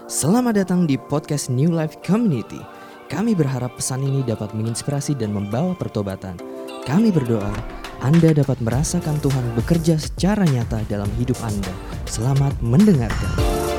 Selamat datang di podcast New Life Community. Kami berharap pesan ini dapat menginspirasi dan membawa pertobatan. Kami berdoa Anda dapat merasakan Tuhan bekerja secara nyata dalam hidup Anda. Selamat mendengarkan.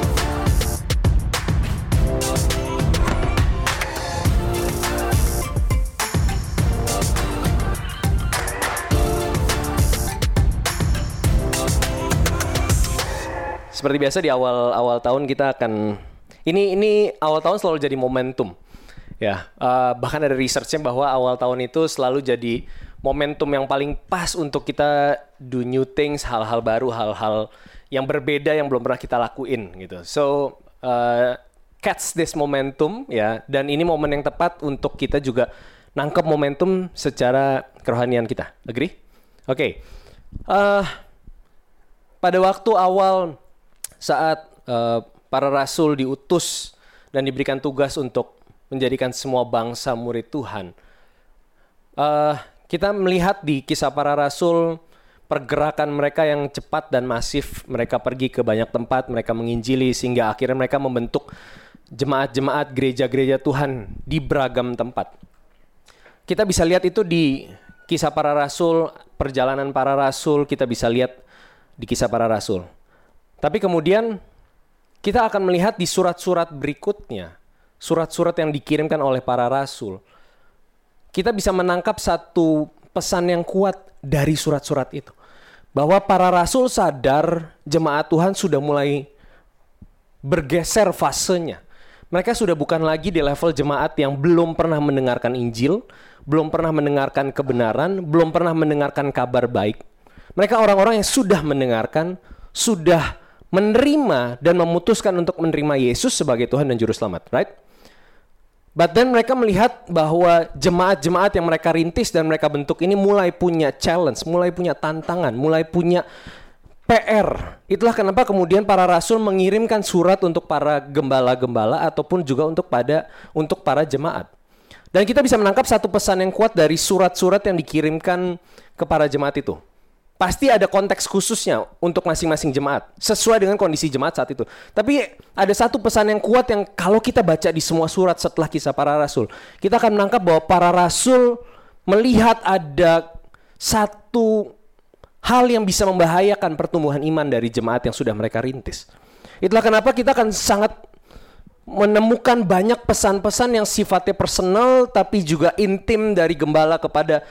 Seperti biasa di awal tahun kita akan ini awal tahun selalu jadi momentum, ya. Bahkan ada researchnya bahwa awal tahun itu selalu jadi momentum yang paling pas untuk kita do new things, hal-hal baru, hal-hal yang berbeda yang belum pernah kita lakuin, gitu. So catch this momentum, ya. Dan ini momen yang tepat untuk kita juga nangkep momentum secara kerohanian kita. Agree? Oke. Pada waktu awal saat para rasul diutus dan diberikan tugas untuk menjadikan semua bangsa murid Tuhan, kita melihat di kisah para rasul pergerakan mereka yang cepat dan masif. Mereka pergi ke banyak tempat, mereka menginjili sehingga akhirnya mereka membentuk jemaat-jemaat, gereja-gereja Tuhan di beragam tempat. Kita bisa lihat itu di kisah para rasul, perjalanan para rasul, kita bisa lihat di kisah para rasul. Tapi kemudian kita akan melihat di surat-surat berikutnya, surat-surat yang dikirimkan oleh para rasul. Kita bisa menangkap satu pesan yang kuat dari surat-surat itu. Bahwa para rasul sadar jemaat Tuhan sudah mulai bergeser fasenya. Mereka sudah bukan lagi di level jemaat yang belum pernah mendengarkan Injil, belum pernah mendengarkan kebenaran, belum pernah mendengarkan kabar baik. Mereka orang-orang yang sudah mendengarkan, sudah menerima dan memutuskan untuk menerima Yesus sebagai Tuhan dan Juru Selamat, right? But then mereka melihat bahwa jemaat-jemaat yang mereka rintis dan mereka bentuk ini mulai punya challenge, mulai punya tantangan, mulai punya PR. Itulah kenapa kemudian para rasul mengirimkan surat untuk para gembala-gembala ataupun juga untuk para jemaat. Dan kita bisa menangkap satu pesan yang kuat dari surat-surat yang dikirimkan ke para jemaat itu. Pasti ada konteks khususnya untuk masing-masing jemaat, sesuai dengan kondisi jemaat saat itu. Tapi ada satu pesan yang kuat yang kalau kita baca di semua surat setelah kisah para rasul, kita akan menangkap bahwa para rasul melihat ada satu hal yang bisa membahayakan pertumbuhan iman dari jemaat yang sudah mereka rintis. Itulah kenapa kita akan sangat menemukan banyak pesan-pesan yang sifatnya personal tapi juga intim dari gembala kepada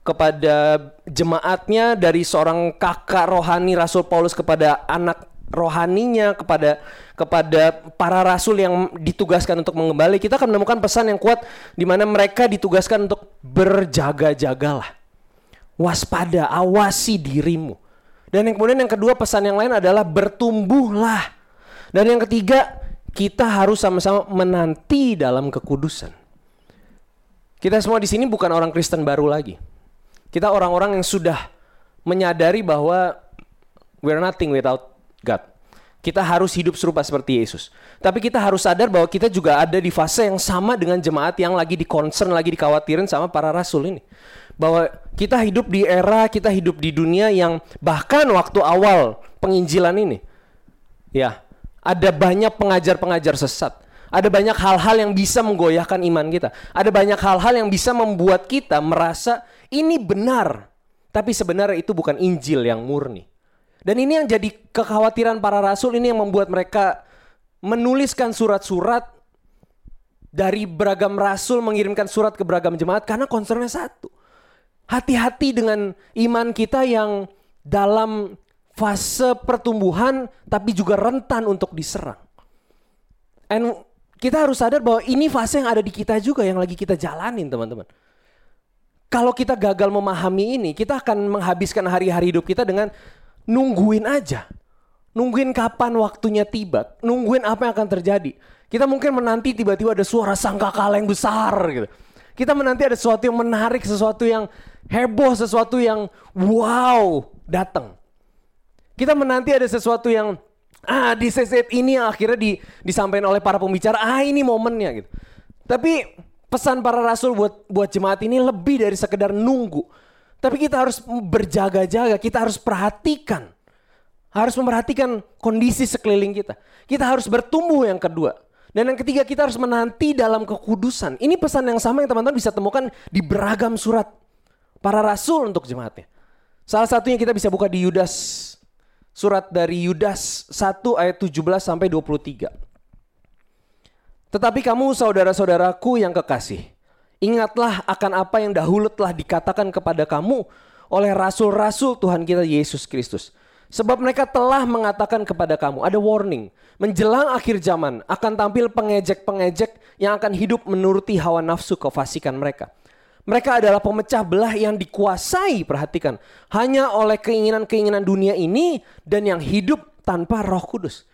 jemaatnya, dari seorang kakak rohani Rasul Paulus kepada anak rohaninya, kepada para rasul yang ditugaskan untuk mengembali. Kita akan menemukan pesan yang kuat di mana mereka ditugaskan untuk berjaga-jagalah, waspada, awasi dirimu. Dan kemudian yang kedua, pesan yang lain adalah bertumbuhlah. Dan yang ketiga, kita harus sama-sama menanti dalam kekudusan. Kita semua di sini bukan orang Kristen baru lagi. Kita orang-orang yang sudah menyadari bahwa we're nothing without God. Kita harus hidup serupa seperti Yesus. Tapi kita harus sadar bahwa kita juga ada di fase yang sama dengan jemaat yang lagi di-concern, lagi dikhawatirin sama para rasul ini. Bahwa kita hidup di era, kita hidup di dunia yang bahkan waktu awal penginjilan ini, ya, ada banyak pengajar-pengajar sesat. Ada banyak hal-hal yang bisa menggoyahkan iman kita. Ada banyak hal-hal yang bisa membuat kita merasa ini benar, tapi sebenarnya itu bukan Injil yang murni. Dan ini yang jadi kekhawatiran para rasul, ini yang membuat mereka menuliskan surat-surat dari beragam rasul, mengirimkan surat ke beragam jemaat karena concernnya satu. Hati-hati dengan iman kita yang dalam fase pertumbuhan tapi juga rentan untuk diserang. And kita harus sadar bahwa ini fase yang ada di kita juga, yang lagi kita jalanin, teman-teman. Kalau kita gagal memahami ini, kita akan menghabiskan hari-hari hidup kita dengan nungguin aja. Nungguin kapan waktunya tiba, nungguin apa yang akan terjadi. Kita mungkin menanti tiba-tiba ada suara sangkakala yang besar gitu. Kita menanti ada sesuatu yang menarik, sesuatu yang heboh, sesuatu yang wow datang. Kita menanti ada sesuatu yang di saat ini yang akhirnya disampaikan oleh para pembicara, ini momennya gitu. Tapi pesan para rasul buat jemaat ini lebih dari sekedar nunggu. Tapi kita harus berjaga-jaga, kita harus perhatikan. Harus memperhatikan kondisi sekeliling kita. Kita harus bertumbuh yang kedua. Dan yang ketiga, kita harus menanti dalam kekudusan. Ini pesan yang sama yang teman-teman bisa temukan di beragam surat para rasul untuk jemaatnya. Salah satunya kita bisa buka di Yudas. Surat dari Yudas 1 ayat 17 sampai 23. Tetapi kamu saudara-saudaraku yang kekasih, ingatlah akan apa yang dahulu telah dikatakan kepada kamu oleh rasul-rasul Tuhan kita Yesus Kristus. Sebab mereka telah mengatakan kepada kamu, ada warning, menjelang akhir zaman akan tampil pengejek-pengejek yang akan hidup menuruti hawa nafsu kefasikan mereka. Mereka adalah pemecah belah yang dikuasai, perhatikan, hanya oleh keinginan-keinginan dunia ini dan yang hidup tanpa Roh Kudus.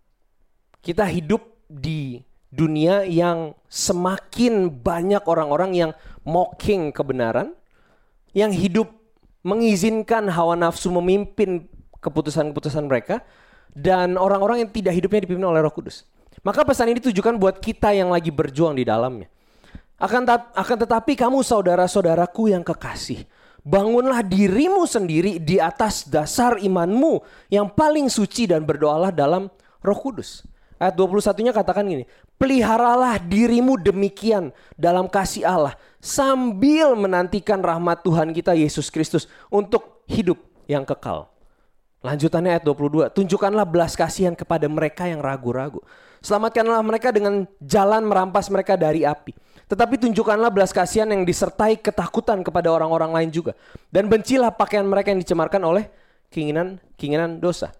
Kita hidup di dunia yang semakin banyak orang-orang yang mocking kebenaran, yang hidup mengizinkan hawa nafsu memimpin keputusan-keputusan mereka, dan orang-orang yang tidak hidupnya dipimpin oleh Roh Kudus. Maka pesan ini ditujukan buat kita yang lagi berjuang di dalamnya. Akan tetapi kamu saudara-saudaraku yang kekasih, bangunlah dirimu sendiri di atas dasar imanmu yang paling suci dan berdoalah dalam Roh Kudus. Ayat 21-nya katakan gini, peliharalah dirimu demikian dalam kasih Allah sambil menantikan rahmat Tuhan kita Yesus Kristus untuk hidup yang kekal. Lanjutannya ayat 22, tunjukkanlah belas kasihan kepada mereka yang ragu-ragu. Selamatkanlah mereka dengan jalan merampas mereka dari api. Tetapi tunjukkanlah belas kasihan yang disertai ketakutan kepada orang-orang lain juga. Dan bencilah pakaian mereka yang dicemarkan oleh keinginan dosa.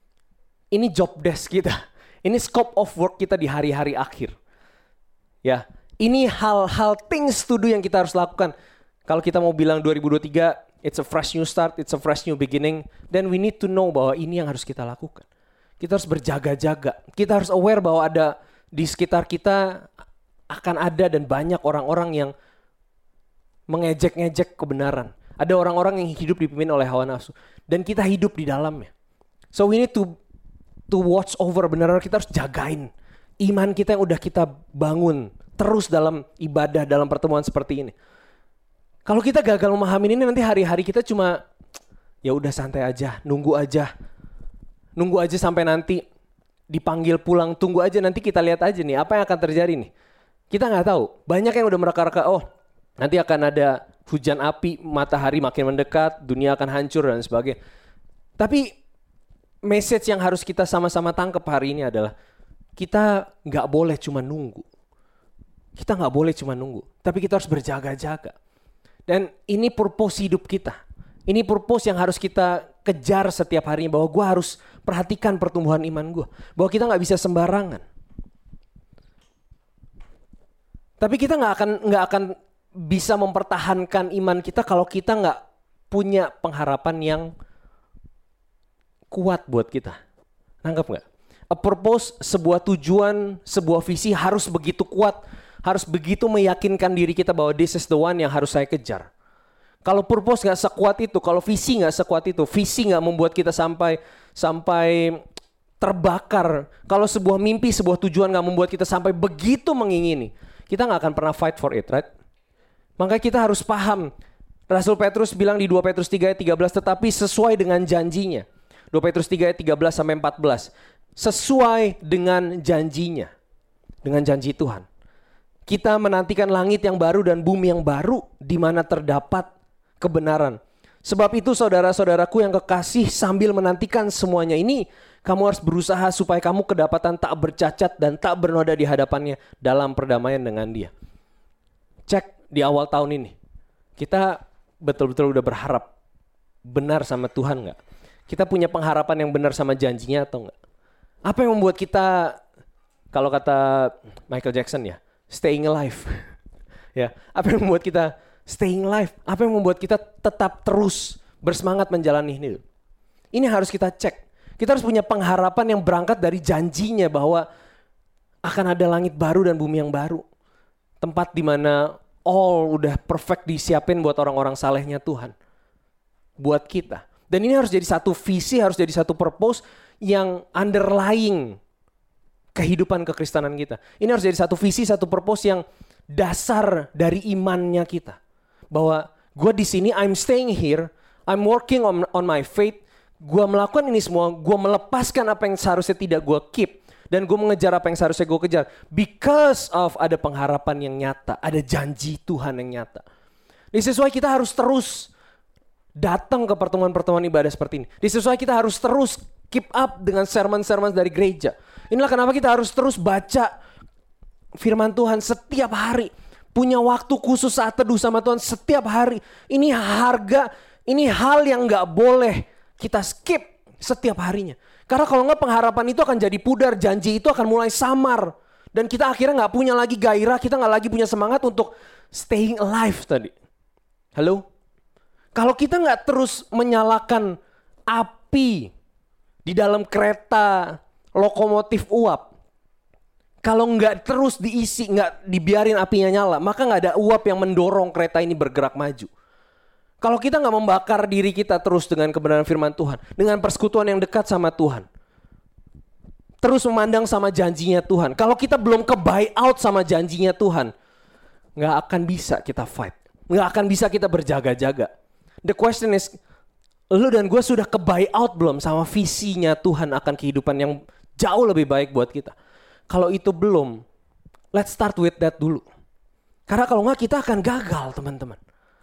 Ini job desk kita. Ini scope of work kita di hari-hari akhir. Ya, ini hal-hal things to do yang kita harus lakukan. Kalau kita mau bilang 2023, it's a fresh new start, it's a fresh new beginning, then we need to know bahwa ini yang harus kita lakukan. Kita harus berjaga-jaga. Kita harus aware bahwa ada di sekitar kita akan ada dan banyak orang-orang yang mengejek-ngejek kebenaran. Ada orang-orang yang hidup dipimpin oleh hawa nafsu. Dan kita hidup di dalamnya. So we need to watch over, benar-benar kita harus jagain iman kita yang udah kita bangun terus dalam ibadah, dalam pertemuan seperti ini. Kalau kita gagal memahami ini, nanti hari-hari kita cuma ya udah santai aja, nunggu aja sampai nanti dipanggil pulang, tunggu aja nanti kita lihat aja nih apa yang akan terjadi nih. Kita nggak tahu. Banyak yang udah mereka-reka, oh nanti akan ada hujan api, matahari makin mendekat, dunia akan hancur dan sebagainya. Tapi message yang harus kita sama-sama tangkap hari ini adalah kita nggak boleh cuma nunggu. Kita nggak boleh cuma nunggu, tapi kita harus berjaga-jaga. Dan ini purpose hidup kita. Ini purpose yang harus kita kejar setiap harinya, bahwa gue harus perhatikan pertumbuhan iman gue, bahwa kita nggak bisa sembarangan. Tapi kita nggak akan bisa mempertahankan iman kita kalau kita nggak punya pengharapan yang kuat buat kita. Nangkep nggak? A purpose, sebuah tujuan, sebuah visi harus begitu kuat, harus begitu meyakinkan diri kita bahwa this is the one yang harus saya kejar. Kalau purpose nggak sekuat itu, kalau visi nggak sekuat itu, visi nggak membuat kita sampai terbakar. Kalau sebuah mimpi, sebuah tujuan nggak membuat kita sampai begitu mengingini, kita nggak akan pernah fight for it, right? Makanya kita harus paham. Rasul Petrus bilang di 2 Petrus 3 ayat 13, tetapi sesuai dengan janjinya. 2 Petrus 3 ayat 13 sampai 14. Sesuai dengan janjinya. Dengan janji Tuhan. Kita menantikan langit yang baru dan bumi yang baru di mana terdapat kebenaran. Sebab itu saudara-saudaraku yang kekasih, sambil menantikan semuanya ini, kamu harus berusaha supaya kamu kedapatan tak bercacat dan tak bernoda di hadapannya dalam perdamaian dengan Dia. Cek di awal tahun ini, kita betul-betul udah berharap benar sama Tuhan gak? Kita punya pengharapan yang benar sama janjinya atau enggak? Apa yang membuat kita, kalau kata Michael Jackson ya, staying alive. Ya, apa yang membuat kita staying alive? Apa yang membuat kita tetap terus bersemangat menjalani ini? Ini harus kita cek. Kita harus punya pengharapan yang berangkat dari janjinya bahwa akan ada langit baru dan bumi yang baru. Tempat di mana all udah perfect disiapin buat orang-orang salehnya Tuhan. Buat kita. Dan ini harus jadi satu visi, harus jadi satu purpose yang underlying kehidupan kekristenan kita. Ini harus jadi satu visi, satu purpose yang dasar dari imannya kita. Bahwa gue di sini, I'm staying here, I'm working on my faith. Gue melakukan ini semua, gue melepaskan apa yang seharusnya tidak gue keep Dan gue mengejar apa yang seharusnya gue kejar. Because of ada pengharapan yang nyata. Ada janji Tuhan yang nyata. This is why kita harus terus datang ke pertemuan-pertemuan ibadah seperti ini. This is why kita harus terus keep up dengan sermon-sermon dari gereja. Inilah kenapa kita harus terus baca firman Tuhan setiap hari. Punya waktu khusus saat teduh sama Tuhan setiap hari. Ini hal yang gak boleh kita skip setiap harinya. Karena kalau nggak pengharapan itu akan jadi pudar, janji itu akan mulai samar. Dan kita akhirnya nggak punya lagi gairah, kita nggak lagi punya semangat untuk staying alive tadi. Halo? Kalau kita nggak terus menyalakan api di dalam kereta lokomotif uap, kalau nggak terus diisi, nggak dibiarin apinya nyala, maka nggak ada uap yang mendorong kereta ini bergerak maju. Kalau kita nggak membakar diri kita terus dengan kebenaran firman Tuhan, dengan persekutuan yang dekat sama Tuhan, terus memandang sama janjinya Tuhan. Kalau kita belum ke buy out sama janjinya Tuhan, nggak akan bisa kita fight, nggak akan bisa kita berjaga-jaga. The question is, lu dan gue sudah ke buy out belum sama visinya Tuhan akan kehidupan yang jauh lebih baik buat kita? Kalau itu belum, let's start with that dulu. Karena kalau nggak kita akan gagal, teman-teman.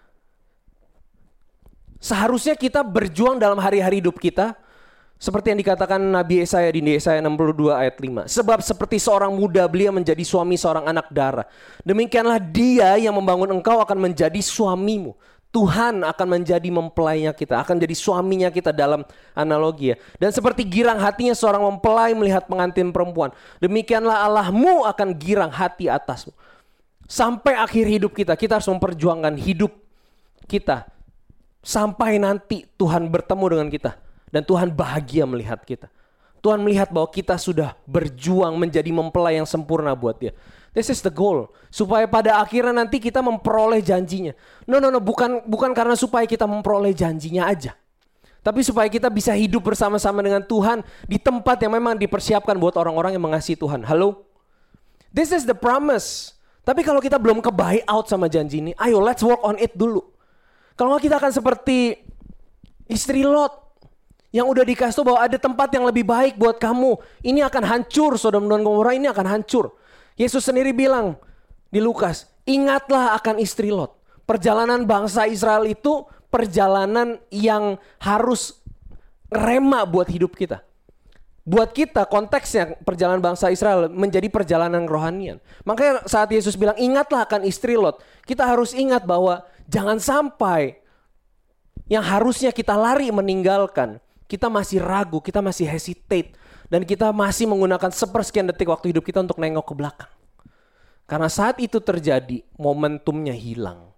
Seharusnya kita berjuang dalam hari-hari hidup kita seperti yang dikatakan Nabi Yesaya di Yesaya 62 ayat 5. Sebab seperti seorang muda belia menjadi suami seorang anak dara, demikianlah dia yang membangun engkau akan menjadi suamimu. Tuhan akan menjadi mempelainya kita, akan jadi suaminya kita dalam analogi ya. Dan seperti girang hatinya seorang mempelai melihat pengantin perempuan, demikianlah Allahmu akan girang hati atasmu. Sampai akhir hidup kita harus memperjuangkan hidup kita. Sampai nanti Tuhan bertemu dengan kita. Dan Tuhan bahagia melihat kita. Tuhan melihat bahwa kita sudah berjuang menjadi mempelai yang sempurna buat dia. This is the goal. Supaya pada akhirnya nanti kita memperoleh janjinya. No, bukan karena supaya kita memperoleh janjinya aja. Tapi supaya kita bisa hidup bersama-sama dengan Tuhan di tempat yang memang dipersiapkan buat orang-orang yang mengasihi Tuhan. Halo? This is the promise. Tapi kalau kita belum ke buy out sama janji ini, ayo let's work on it dulu. Kalau nggak kita akan seperti istri Lot yang udah dikasih tahu bahwa ada tempat yang lebih baik buat kamu. Ini akan hancur, Sodom dan Gomora ini akan hancur. Yesus sendiri bilang di Lukas, ingatlah akan istri Lot. Perjalanan bangsa Israel itu perjalanan yang harus rema buat hidup kita. Buat kita konteksnya perjalanan bangsa Israel menjadi perjalanan rohanian. Makanya saat Yesus bilang ingatlah akan istri Lot, kita harus ingat bahwa jangan sampai yang harusnya kita lari meninggalkan, kita masih ragu, kita masih hesitate. Dan kita masih menggunakan sepersekian detik waktu hidup kita untuk nengok ke belakang. Karena saat itu terjadi, momentumnya hilang.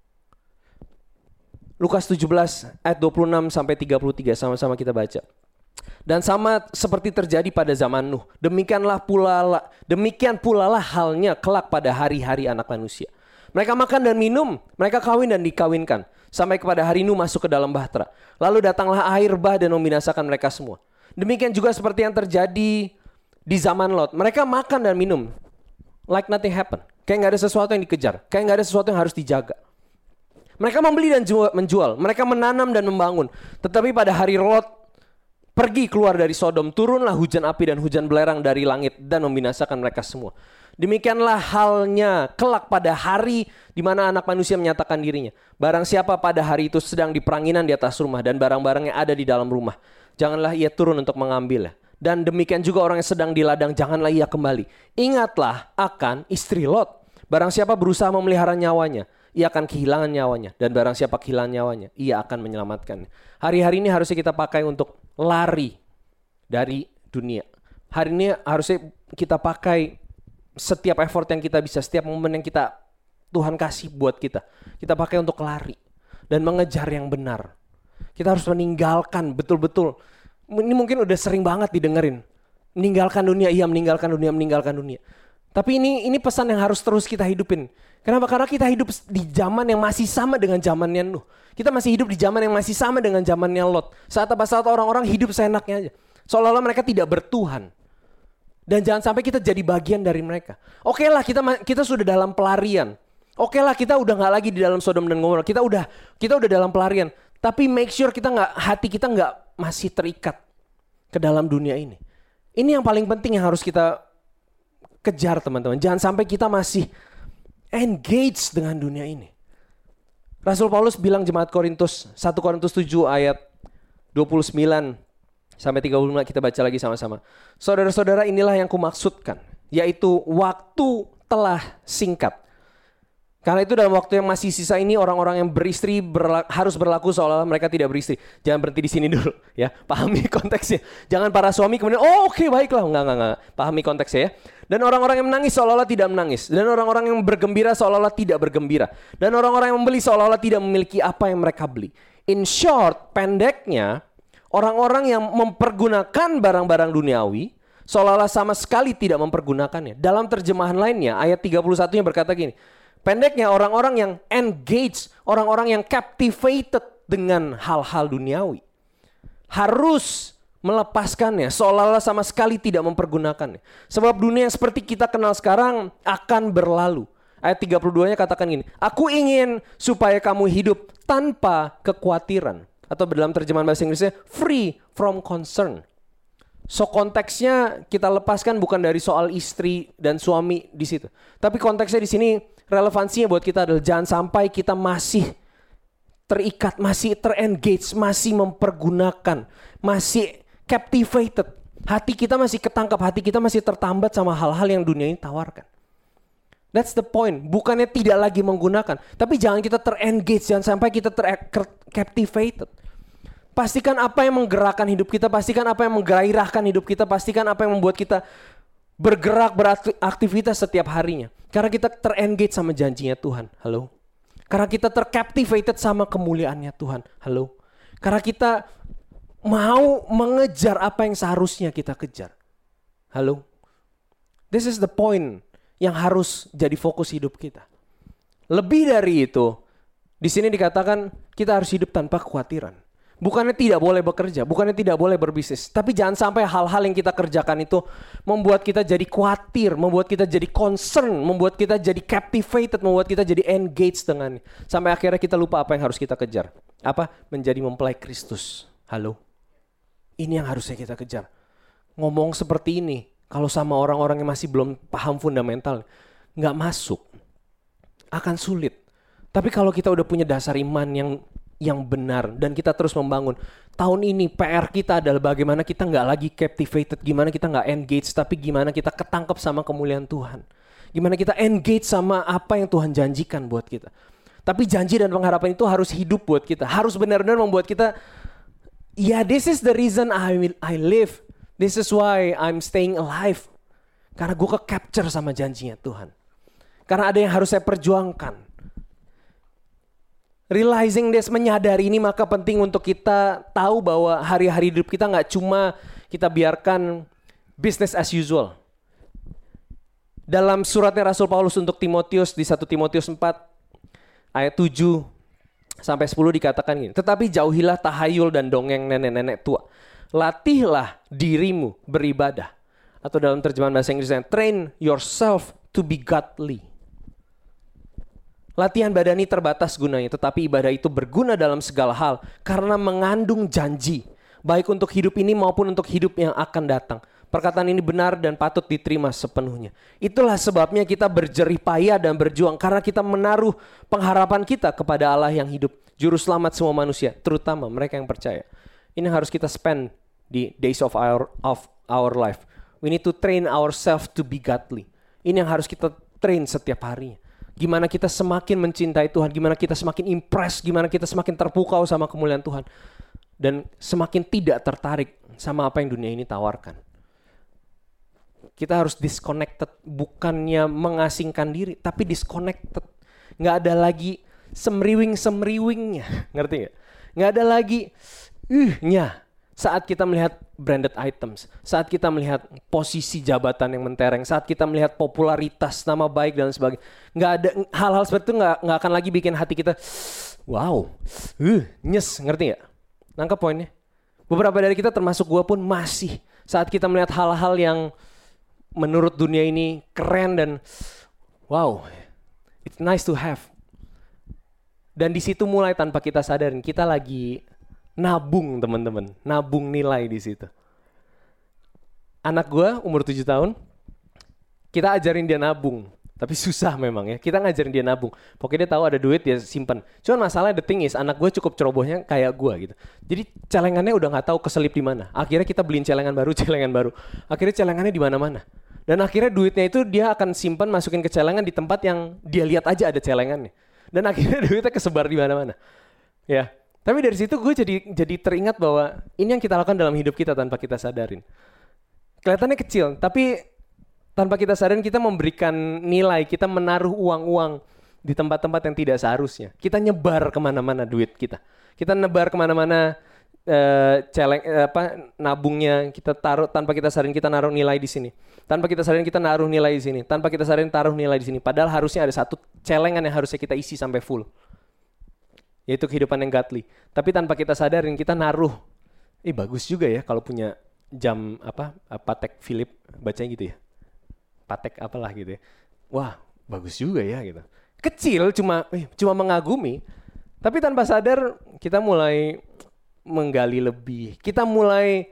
Lukas 17 ayat 26 sampai 33 sama-sama kita baca. Dan sama seperti terjadi pada zaman Nuh, demikian pula lah halnya kelak pada hari-hari anak manusia. Mereka makan dan minum, mereka kawin dan dikawinkan, sampai kepada hari Nuh masuk ke dalam bahtera. Lalu datanglah air bah dan membinasakan mereka semua. Demikian juga seperti yang terjadi di zaman Lot. Mereka makan dan minum, like nothing happened. Kayak gak ada sesuatu yang dikejar, kayak gak ada sesuatu yang harus dijaga. Mereka membeli dan menjual, mereka menanam dan membangun. Tetapi pada hari Lot pergi keluar dari Sodom, turunlah hujan api dan hujan belerang dari langit dan membinasakan mereka semua. Demikianlah halnya kelak pada hari di mana anak manusia menyatakan dirinya. Barang siapa pada hari itu sedang di peranginan di atas rumah dan barang-barangnya ada di dalam rumah, janganlah ia turun untuk mengambilnya. Dan demikian juga orang yang sedang di ladang, janganlah ia kembali. Ingatlah akan istri Lot. Barang siapa berusaha memelihara nyawanya, ia akan kehilangan nyawanya. Dan barang siapa kehilangan nyawanya, ia akan menyelamatkannya. Hari-hari ini harusnya kita pakai untuk lari dari dunia. Hari ini harusnya kita pakai setiap effort yang kita bisa, setiap momen yang Tuhan kasih buat kita pakai untuk lari dan mengejar yang benar. Kita harus meninggalkan betul-betul. Ini mungkin udah sering banget didengerin. Meninggalkan dunia, meninggalkan dunia. Tapi ini pesan yang harus terus kita hidupin. Kenapa? Karena kita hidup di zaman yang masih sama dengan zamannya Nuh. Kita masih hidup di zaman yang masih sama dengan zamannya Lot. Saat orang-orang hidup seenaknya aja. Seolah-olah mereka tidak bertuhan. Dan jangan sampai kita jadi bagian dari mereka. Oke lah, kita sudah dalam pelarian. Oke lah, kita udah nggak lagi di dalam Sodom dan Gomora. Kita udah dalam pelarian. Tapi make sure hati kita nggak masih terikat ke dalam dunia ini. Ini yang paling penting yang harus kita kejar teman-teman. Jangan sampai kita masih engage dengan dunia ini. Rasul Paulus bilang jemaat Korintus, 1 Korintus 7 ayat 29 sampai 35, kita baca lagi sama-sama. Saudara-saudara, inilah yang kumaksudkan, yaitu waktu telah singkat. Karena itu dalam waktu yang masih sisa ini orang-orang yang beristri harus berlaku seolah-olah mereka tidak beristri. Jangan berhenti di sini dulu ya. Pahami konteksnya. Jangan para suami kemudian oke, baiklah. Enggak. Pahami konteksnya ya. Dan orang-orang yang menangis seolah-olah tidak menangis. Dan orang-orang yang bergembira seolah-olah tidak bergembira. Dan orang-orang yang membeli seolah-olah tidak memiliki apa yang mereka beli. In short, pendeknya, orang-orang yang mempergunakan barang-barang duniawi seolah-olah sama sekali tidak mempergunakannya. Dalam terjemahan lainnya, ayat 31-nya berkata gini. Pendeknya, orang-orang yang engage, orang-orang yang captivated dengan hal-hal duniawi harus melepaskannya seolah-olah sama sekali tidak mempergunakannya. Sebab dunia yang seperti kita kenal sekarang akan berlalu. Ayat 32-nya katakan gini, aku ingin supaya kamu hidup tanpa kekhawatiran. Atau dalam terjemahan bahasa Inggrisnya, free from concern. So konteksnya kita lepaskan bukan dari soal istri dan suami di situ. Tapi konteksnya di sini relevansinya buat kita adalah jangan sampai kita masih terikat, masih terengage, masih mempergunakan, masih captivated. Hati kita masih ketangkap, hati kita masih tertambat sama hal-hal yang dunia ini tawarkan. That's the point. Bukannya tidak lagi menggunakan, tapi jangan kita terengage, jangan sampai kita captivated. Pastikan apa yang menggerakkan hidup kita, pastikan apa yang menggairahkan hidup kita, pastikan apa yang membuat kita bergerak, beraktivitas setiap harinya. Karena kita terengage sama janjinya Tuhan. Halo. Karena kita tercaptivated sama kemuliaannya Tuhan. Halo. Karena kita mau mengejar apa yang seharusnya kita kejar. Halo. This is the point yang harus jadi fokus hidup kita. Lebih dari itu, di sini dikatakan kita harus hidup tanpa kekhawatiran. Bukannya tidak boleh bekerja, bukannya tidak boleh berbisnis. Tapi jangan sampai hal-hal yang kita kerjakan itu membuat kita jadi khawatir, membuat kita jadi concern, membuat kita jadi captivated, membuat kita jadi engaged dengannya. Sampai akhirnya kita lupa apa yang harus kita kejar. Apa? Menjadi mempelai Kristus. Halo? Ini yang harusnya kita kejar. Ngomong seperti ini, kalau sama orang-orang yang masih belum paham fundamental, nggak masuk. Akan sulit. Tapi kalau kita udah punya dasar iman yang benar dan kita terus membangun. Tahun ini PR kita adalah bagaimana kita nggak lagi captivated, gimana kita nggak engage, tapi gimana kita ketangkep sama kemuliaan Tuhan. Gimana kita engage sama apa yang Tuhan janjikan buat kita. Tapi janji dan pengharapan itu harus hidup buat kita, harus benar-benar membuat kita, ya, this is the reason I live, this is why I'm staying alive. Karena gue ke-capture sama janjinya Tuhan. Karena ada yang harus saya perjuangkan. Realizing this, menyadari ini, maka penting untuk kita tahu bahwa hari-hari hidup kita gak cuma kita biarkan business as usual. Dalam suratnya Rasul Paulus untuk Timotius di 1 Timotius 4 ayat 7 sampai 10 dikatakan gini. Tetapi jauhilah tahayul dan dongeng nenek-nenek tua. Latihlah dirimu beribadah. Atau dalam terjemahan bahasa Inggrisnya, train yourself to be godly. Latihan badani terbatas gunanya, tetapi ibadah itu berguna dalam segala hal karena mengandung janji, baik untuk hidup ini maupun untuk hidup yang akan datang. Perkataan ini benar dan patut diterima sepenuhnya. Itulah sebabnya kita berjerih payah dan berjuang, karena kita menaruh pengharapan kita kepada Allah yang hidup, juru selamat semua manusia, terutama mereka yang percaya. Ini harus kita spend di days of our life. We need to train ourselves to be godly. Ini yang harus kita train setiap harinya. Gimana kita semakin mencintai Tuhan, gimana kita semakin impress, gimana kita semakin terpukau sama kemuliaan Tuhan. Dan semakin tidak tertarik sama apa yang dunia ini tawarkan. Kita harus disconnected, bukannya mengasingkan diri, tapi disconnected. Nggak ada lagi semriwing-semriwingnya, ngerti nggak? Nggak ada lagi nya saat kita melihat branded items, saat kita melihat posisi jabatan yang mentereng, saat kita melihat popularitas, nama baik dan sebagainya. Nggak ada hal-hal seperti itu, nggak akan lagi bikin hati kita wow, nyes, ngerti nggak? Nangkep poinnya? Beberapa dari kita termasuk gue pun masih saat kita melihat hal-hal yang menurut dunia ini keren dan wow, it's nice to have. Dan di situ mulai tanpa kita sadarin kita lagi nabung, teman-teman, nabung nilai di situ. Anak gue umur 7 tahun, Kita ajarin dia nabung. Tapi susah memang ya, kita ngajarin dia nabung. Pokoknya dia tahu ada duit dia simpan. Cuman masalahnya the thing is, anak gue cukup cerobohnya kayak gue gitu. Jadi celengannya udah nggak tahu keselip di mana. Akhirnya kita beliin celengan baru. Akhirnya celengannya di mana-mana. Dan akhirnya duitnya itu dia akan simpan masukin ke celengan di tempat yang dia lihat aja ada celengannya. Dan akhirnya duitnya kesebar di mana-mana. Ya. Tapi dari situ gue jadi teringat bahwa ini yang kita lakukan dalam hidup kita tanpa kita sadarin. Kelihatannya kecil, tapi tanpa kita sadarin kita memberikan nilai, kita menaruh uang-uang di tempat-tempat yang tidak seharusnya. Kita nyebar kemana-mana duit kita. Kita nebar kemana-mana nabungnya, kita taruh tanpa kita sadarin kita naruh nilai di sini. Tanpa kita sadarin kita naruh nilai di sini. Tanpa kita sadarin taruh nilai di sini. Padahal harusnya ada satu celengan yang harusnya kita isi sampai full. Yaitu kehidupan yang godly. Tapi tanpa kita sadarin kita naruh. Bagus juga ya kalau punya jam Patek Philippe, bacanya gitu ya. Patek apalah gitu ya. Wah, bagus juga ya gitu. Kecil cuma mengagumi. Tapi tanpa sadar kita mulai menggali lebih. Kita mulai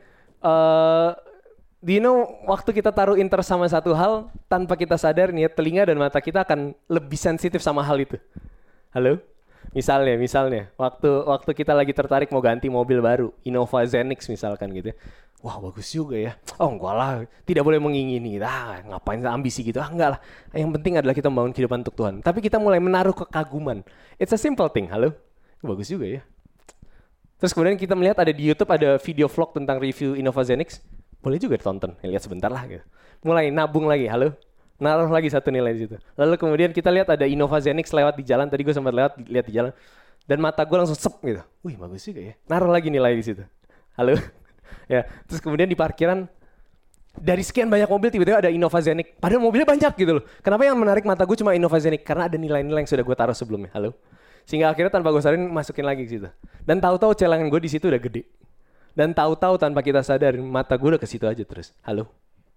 waktu kita taruh interest sama satu hal, tanpa kita sadar nih telinga dan mata kita akan lebih sensitif sama hal itu. Halo? Misalnya waktu kita lagi tertarik mau ganti mobil baru, Innova Zenix misalkan gitu ya. Wah, bagus juga ya. Oh, enggak lah, tidak boleh mengingini. Ngapain ambisi gitu? Enggak lah. Yang penting adalah kita membangun kehidupan untuk Tuhan. Tapi kita mulai menaruh kekaguman. It's a simple thing. Halo? Bagus juga ya. Terus kemudian kita melihat ada di YouTube ada video vlog tentang review Innova Zenix. Boleh juga ditonton. Lihat sebentar lah gitu. Mulai nabung lagi. Halo? Naruh lagi satu nilai di situ. Lalu kemudian kita lihat ada Innova Zenix lewat di jalan. Tadi gue sempat lihat di jalan. Dan mata gue langsung sep gitu. Wih, bagus juga ya. Naruh lagi nilai di situ. Halo? Ya, terus kemudian di parkiran dari sekian banyak mobil tiba-tiba ada Innova Zenix. Padahal mobilnya banyak gitu loh. Kenapa yang menarik mata gue cuma Innova Zenix? Karena ada nilai-nilai yang sudah gue taruh sebelumnya. Halo? Sehingga akhirnya tanpa gue sadarin masukin lagi ke situ. Dan tahu-tahu celengan gue di situ udah gede. Dan tahu-tahu tanpa kita sadarin mata gue udah ke situ aja terus. Halo?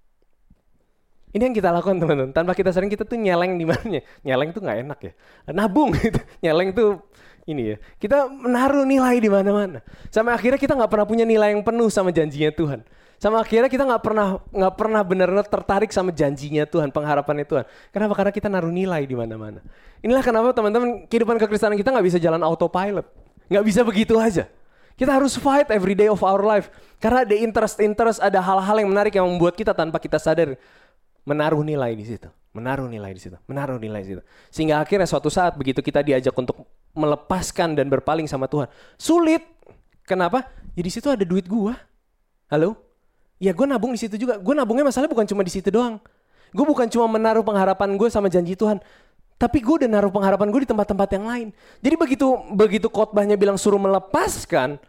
Ini yang kita lakukan teman-teman. Tanpa kita sadarin kita tuh nyeleng di mana? Nyeleng tuh nggak enak ya. Nabung gitu. Nyeleng tuh ini ya, kita menaruh nilai di mana-mana. Sampai akhirnya kita nggak pernah punya nilai yang penuh sama janjinya Tuhan. Sama akhirnya kita nggak pernah benar-benar tertarik sama janjinya Tuhan, pengharapannya Tuhan. Kenapa? Karena kita naruh nilai di mana-mana. Inilah kenapa teman-teman kehidupan kekristenan kita nggak bisa jalan autopilot, nggak bisa begitu aja. Kita harus fight every day of our life. Karena ada interest, ada hal-hal yang menarik yang membuat kita tanpa kita sadar menaruh nilai di situ. Menaruh nilai di situ. Sehingga akhirnya suatu saat begitu kita diajak untuk melepaskan dan berpaling sama Tuhan, sulit. Kenapa? Ya di situ ada duit gua. Halo? Ya gue nabung di situ juga. Gue nabungnya masalahnya bukan cuma di situ doang. Gue bukan cuma menaruh pengharapan gue sama janji Tuhan, tapi gue udah naruh pengharapan gue di tempat-tempat yang lain. Jadi begitu khotbahnya bilang suruh melepaskan,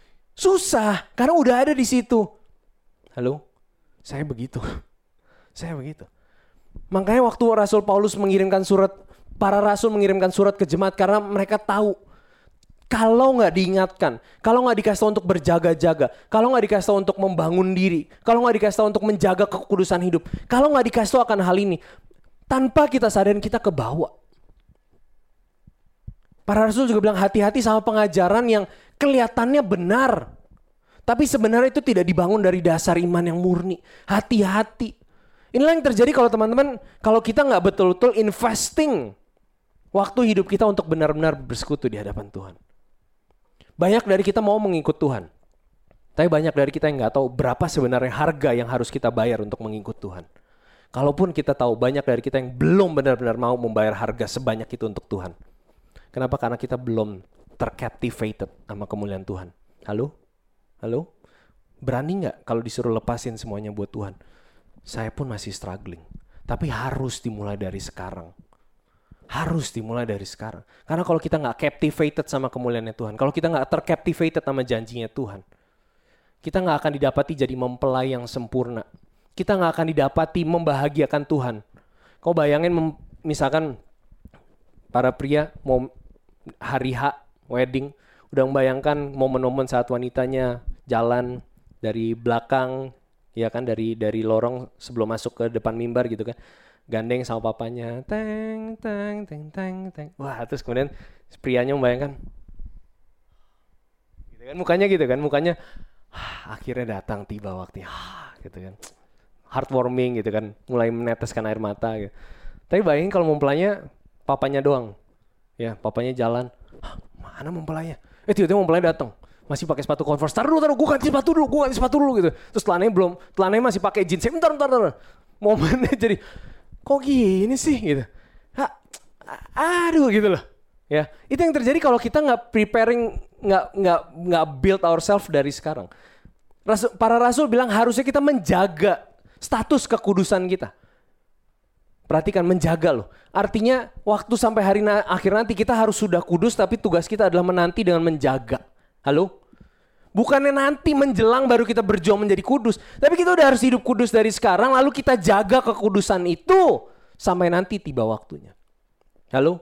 susah karena udah ada di situ. Halo? Saya begitu. Makanya waktu para rasul mengirimkan surat ke jemaat karena mereka tahu kalau nggak diingatkan, kalau nggak dikasih tahu untuk berjaga-jaga, kalau nggak dikasih tahu untuk membangun diri, kalau nggak dikasih tahu untuk menjaga kekudusan hidup, kalau nggak dikasih tahu akan hal ini, tanpa kita sadarin kita kebawa. Para rasul juga bilang hati-hati sama pengajaran yang kelihatannya benar, tapi sebenarnya itu tidak dibangun dari dasar iman yang murni. Hati-hati. Inilah yang terjadi kalau kita nggak betul-betul investing waktu hidup kita untuk benar-benar bersekutu di hadapan Tuhan. Banyak dari kita mau mengikut Tuhan, tapi banyak dari kita yang nggak tahu berapa sebenarnya harga yang harus kita bayar untuk mengikut Tuhan. Kalaupun kita tahu, banyak dari kita yang belum benar-benar mau membayar harga sebanyak itu untuk Tuhan. Kenapa? Karena kita belum tercaptivated sama kemuliaan Tuhan. Halo? Berani nggak kalau disuruh lepasin semuanya buat Tuhan? Saya pun masih struggling. Tapi harus dimulai dari sekarang. Karena kalau kita nggak captivated sama kemuliaannya Tuhan, kalau kita nggak tercaptivated sama janjinya Tuhan, kita nggak akan didapati jadi mempelai yang sempurna. Kita nggak akan didapati membahagiakan Tuhan. Kau bayangin misalkan para pria mau hari H, wedding, udah membayangkan momen-momen saat wanitanya jalan dari belakang, ya kan, dari lorong sebelum masuk ke depan mimbar gitu kan, gandeng sama papanya, teng. Wah, terus kemudian prianya membayangkan, gitu kan, mukanya, akhirnya datang tiba waktunya, gitu kan. heartwarming gitu kan, mulai meneteskan air mata gitu. Tapi bayangin kalau mempelainya papanya doang, ya papanya jalan, mana mempelainya? Tiba-tiba mempelainya datang, masih pakai sepatu Converse. Taruh dulu, gue ganti sepatu dulu gitu. Terus celananya masih pakai jeans. Bentar. Momennya jadi, kok gini sih gitu. Aduh gitu loh. Ya, itu yang terjadi kalau kita nggak preparing, nggak build ourselves dari sekarang. Para rasul bilang harusnya kita menjaga status kekudusan kita. Perhatikan, menjaga loh. Artinya waktu sampai hari akhir nanti kita harus sudah kudus, tapi tugas kita adalah menanti dengan menjaga. Halo? Bukannya nanti menjelang baru kita berjuang menjadi kudus. Tapi kita udah harus hidup kudus dari sekarang, lalu kita jaga kekudusan itu sampai nanti tiba waktunya. Halo?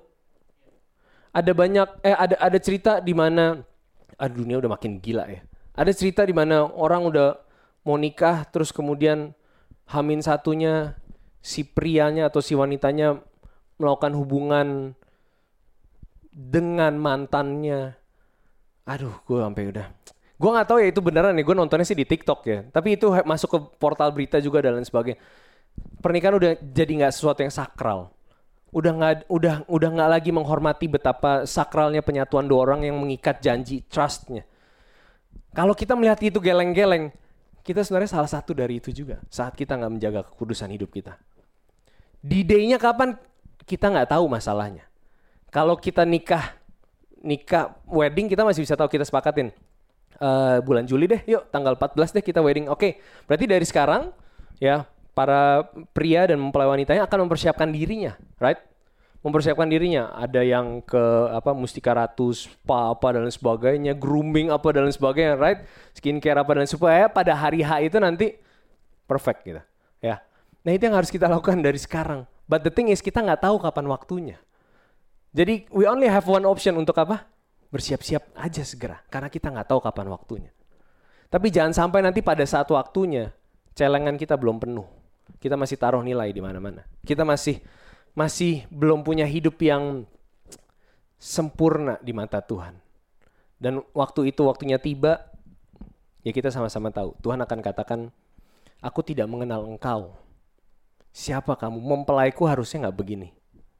Ada cerita di mana dunia udah makin gila ya. Ada cerita di mana orang udah mau nikah terus kemudian Hamin satunya si prianya atau si wanitanya melakukan hubungan dengan mantannya. Aduh, gue sampai udah. Gue nggak tahu ya itu beneran nih. Gue nontonnya sih di TikTok ya. Tapi itu masuk ke portal berita juga dan lain sebagainya. Pernikahan udah jadi nggak sesuatu yang sakral. Udah nggak lagi menghormati betapa sakralnya penyatuan dua orang yang mengikat janji trustnya. Kalau kita melihat itu geleng-geleng, kita sebenarnya salah satu dari itu juga. Saat kita nggak menjaga kekudusan hidup kita. D-Day-nya kapan? Kita nggak tahu masalahnya. Kalau kita nikah wedding kita masih bisa tahu, kita sepakatin. Bulan Juli deh, yuk tanggal 14 deh kita wedding. Oke, berarti dari sekarang ya para pria dan mempelai wanitanya akan mempersiapkan dirinya, right? Mempersiapkan dirinya. Ada yang ke mustika ratu, spa apa dan lain sebagainya, grooming apa dan lain sebagainya, right? Skincare apa dan lain, supaya pada hari H itu nanti perfect gitu, ya. Nah itu yang harus kita lakukan dari sekarang. But the thing is kita nggak tahu kapan waktunya. Jadi we only have one option untuk apa? Bersiap-siap aja segera. Karena kita nggak tahu kapan waktunya. Tapi jangan sampai nanti pada saat waktunya celengan kita belum penuh. Kita masih taruh nilai di mana-mana. Kita masih belum punya hidup yang sempurna di mata Tuhan. Dan waktu itu waktunya tiba, ya kita sama-sama tahu. Tuhan akan katakan, aku tidak mengenal engkau. Siapa kamu? Mempelaiku harusnya gak begini.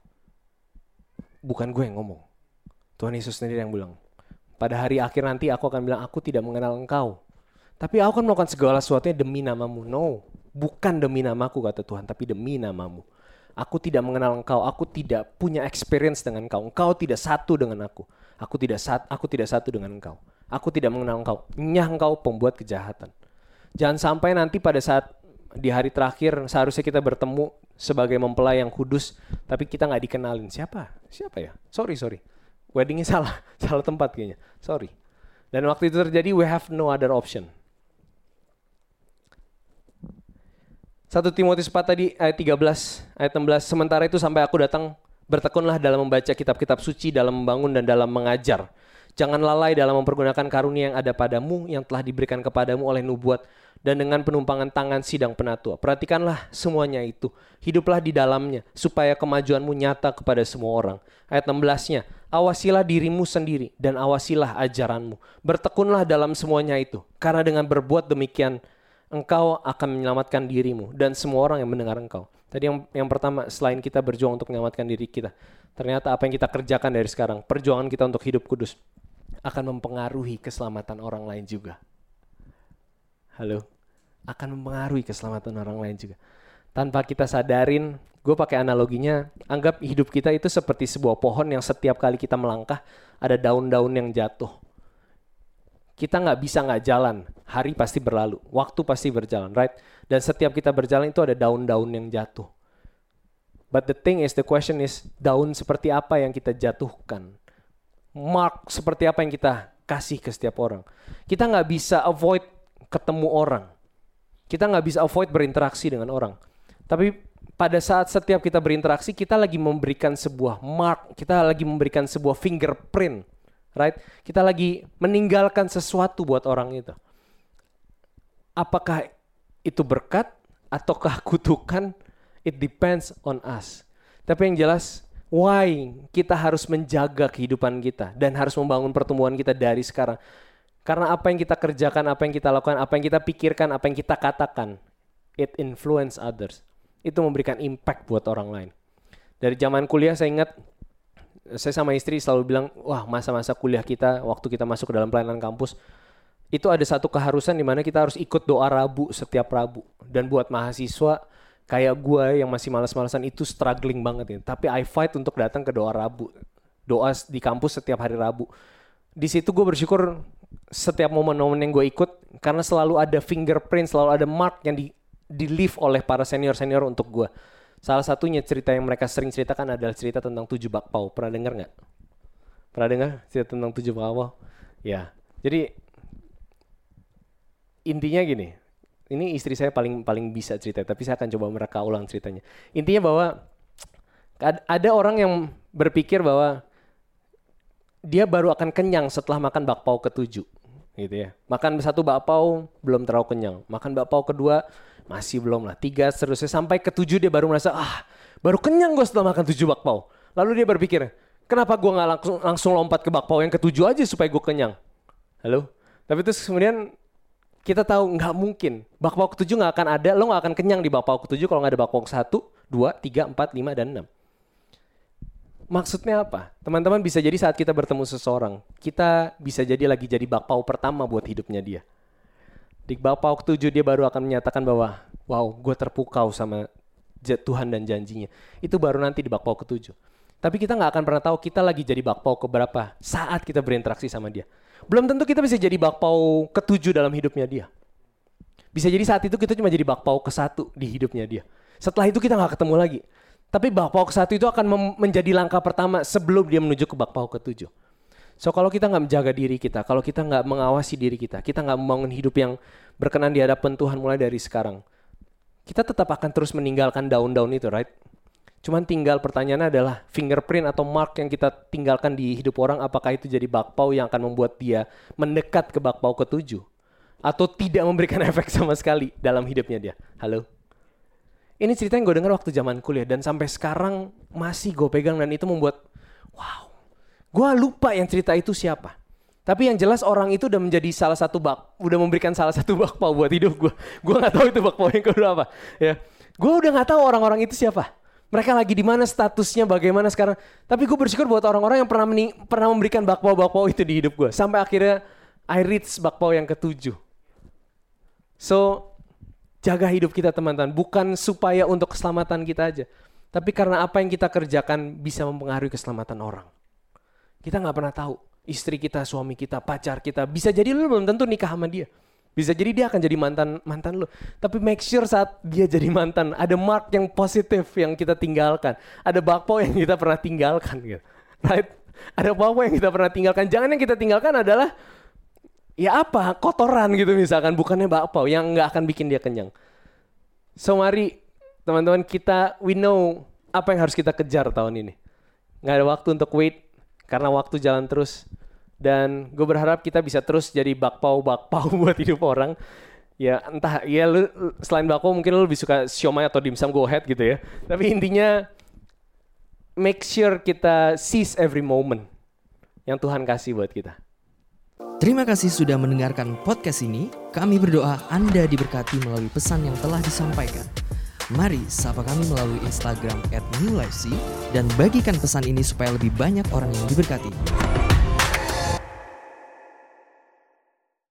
Bukan gue yang ngomong. Tuhan Yesus sendiri yang bilang. Pada hari akhir nanti aku akan bilang, aku tidak mengenal engkau. Tapi aku akan melakukan segala sesuatunya demi namamu. No, bukan demi namaku kata Tuhan, tapi demi namamu. Aku tidak mengenal engkau, aku tidak punya experience dengan engkau. Engkau tidak satu dengan aku. Aku tidak satu dengan engkau. Aku tidak mengenal engkau. Nyah engkau pembuat kejahatan. Jangan sampai nanti pada saat di hari terakhir seharusnya kita bertemu sebagai mempelai yang kudus, tapi kita nggak dikenalin. Siapa ya? Sorry. Weddingnya salah tempat kayaknya. Sorry. Dan waktu itu terjadi, we have no other option. 1 Timotius 4 tadi ayat 13, ayat 16. Sementara itu sampai aku datang, bertekunlah dalam membaca kitab-kitab suci, dalam membangun dan dalam mengajar. Jangan lalai dalam mempergunakan karunia yang ada padamu, yang telah diberikan kepadamu oleh nubuat, dan dengan penumpangan tangan sidang penatua. Perhatikanlah semuanya itu. Hiduplah di dalamnya, supaya kemajuanmu nyata kepada semua orang. Ayat 16-nya, awasilah dirimu sendiri, dan awasilah ajaranmu. Bertekunlah dalam semuanya itu, karena dengan berbuat demikian, engkau akan menyelamatkan dirimu dan semua orang yang mendengar engkau. Tadi yang pertama, selain kita berjuang untuk menyelamatkan diri kita, ternyata apa yang kita kerjakan dari sekarang, perjuangan kita untuk hidup kudus, akan mempengaruhi keselamatan orang lain juga. Halo? Akan mempengaruhi keselamatan orang lain juga. Tanpa kita sadarin, gue pakai analoginya, anggap hidup kita itu seperti sebuah pohon yang setiap kali kita melangkah, ada daun-daun yang jatuh. Kita nggak bisa nggak jalan, hari pasti berlalu, waktu pasti berjalan, right? Dan setiap kita berjalan itu ada daun-daun yang jatuh. But the question is, daun seperti apa yang kita jatuhkan? Mark seperti apa yang kita kasih ke setiap orang? Kita nggak bisa avoid ketemu orang. Kita nggak bisa avoid berinteraksi dengan orang. Tapi pada saat setiap kita berinteraksi, kita lagi memberikan sebuah mark, kita lagi memberikan sebuah fingerprint. Right? Kita lagi meninggalkan sesuatu buat orang itu. Apakah itu berkat ataukah kutukan? It depends on us. Tapi yang jelas, why kita harus menjaga kehidupan kita dan harus membangun pertumbuhan kita dari sekarang. Karena apa yang kita kerjakan, apa yang kita lakukan, apa yang kita pikirkan, apa yang kita katakan, it influence others. Itu memberikan impact buat orang lain. Dari zaman kuliah saya ingat, saya sama istri selalu bilang, wah masa-masa kuliah kita, waktu kita masuk ke dalam pelayanan kampus, itu ada satu keharusan di mana kita harus ikut doa Rabu setiap Rabu. Dan buat mahasiswa kayak gue yang masih malas-malasan itu struggling banget ya. Tapi I fight untuk datang ke doa Rabu. Doa di kampus setiap hari Rabu. Di situ gue bersyukur setiap momen-momen yang gue ikut, karena selalu ada fingerprint, selalu ada mark yang di leave oleh para senior-senior untuk gue. Salah satunya cerita yang mereka sering ceritakan adalah cerita tentang 7 bakpao. Pernah dengar nggak? Pernah dengar cerita tentang 7 bakpao? Ya, jadi intinya gini. Ini istri saya paling bisa cerita, tapi saya akan coba mereka ulang ceritanya. Intinya bahwa ada orang yang berpikir bahwa dia baru akan kenyang setelah makan bakpao ke-7, gitu ya. Makan 1 bakpao belum terlalu kenyang. Makan bakpao kedua masih belum lah. 3 seterusnya sampai ke-7 dia baru merasa baru kenyang gue setelah makan 7 bakpao. Lalu dia berpikir, kenapa gue nggak langsung lompat ke bakpao yang ke-7 aja supaya gue kenyang? Halo? Tapi terus kemudian kita tahu nggak mungkin. Bakpao ke-7 nggak akan ada, lo nggak akan kenyang di bakpao ke-7 kalau nggak ada bakpao ke-1, 2, 3, 4, 5, dan 6. Maksudnya apa? Teman-teman, bisa jadi saat kita bertemu seseorang, kita bisa jadi lagi jadi bakpao pertama buat hidupnya dia. Di bakpao ke-7 dia baru akan menyatakan bahwa, wow, gue terpukau sama Tuhan dan janjinya. Itu baru nanti di bakpao ke-7. Tapi kita nggak akan pernah tahu kita lagi jadi bakpao keberapa saat kita berinteraksi sama dia. Belum tentu kita bisa jadi bakpao ke-7 dalam hidupnya dia. Bisa jadi saat itu kita cuma jadi bakpao ke-1 di hidupnya dia. Setelah itu kita nggak ketemu lagi. Tapi bakpao ke-1 itu akan menjadi langkah pertama sebelum dia menuju ke bakpao ke-7. So kalau kita nggak menjaga diri kita, kalau kita nggak mengawasi diri kita nggak membangun hidup yang berkenan di hadapan Tuhan mulai dari sekarang, kita tetap akan terus meninggalkan daun-daun itu, right? Cuman tinggal pertanyaannya adalah fingerprint atau mark yang kita tinggalkan di hidup orang, apakah itu jadi bakpao yang akan membuat dia mendekat ke bakpao ke-7? Atau tidak memberikan efek sama sekali dalam hidupnya dia? Halo? Ini cerita yang gue dengar waktu zaman kuliah dan sampai sekarang masih gue pegang, dan itu membuat, wow. Gue lupa yang cerita itu siapa. Tapi yang jelas orang itu udah menjadi udah memberikan salah satu bakpao buat hidup gue. Gue nggak tahu itu bakpao yang kedua apa. Ya, gue udah nggak tahu orang-orang itu siapa. Mereka lagi di mana, statusnya bagaimana sekarang. Tapi gue bersyukur buat orang-orang yang pernah memberikan bakpao itu di hidup gue. Sampai akhirnya I reach bakpao yang ke-7. So, jaga hidup kita teman-teman. Bukan supaya untuk keselamatan kita aja. Tapi karena apa yang kita kerjakan bisa mempengaruhi keselamatan orang. Kita nggak pernah tahu. Istri kita, suami kita, pacar kita. Bisa jadi lu belum tentu nikah sama dia. Bisa jadi dia akan jadi mantan lu. Tapi make sure saat dia jadi mantan, ada mark yang positif yang kita tinggalkan. Ada bakpao yang kita pernah tinggalkan gitu. Right? Ada bakpao yang kita pernah tinggalkan. Jangan yang kita tinggalkan adalah ya apa? Kotoran gitu misalkan. Bukannya bakpao yang nggak akan bikin dia kenyang. So mari teman-teman, we know apa yang harus kita kejar tahun ini. Nggak ada waktu untuk wait. Karena waktu jalan terus. Dan gue berharap kita bisa terus jadi bakpao buat hidup orang. Ya entah, ya lu selain bakpao mungkin lu lebih suka siomay atau dimsum, go ahead gitu ya. Tapi intinya make sure kita seize every moment yang Tuhan kasih buat kita. Terima kasih sudah mendengarkan podcast ini. Kami berdoa Anda diberkati melalui pesan yang telah disampaikan. Mari sapa kami melalui Instagram @newlifec dan bagikan pesan ini supaya lebih banyak orang yang diberkati.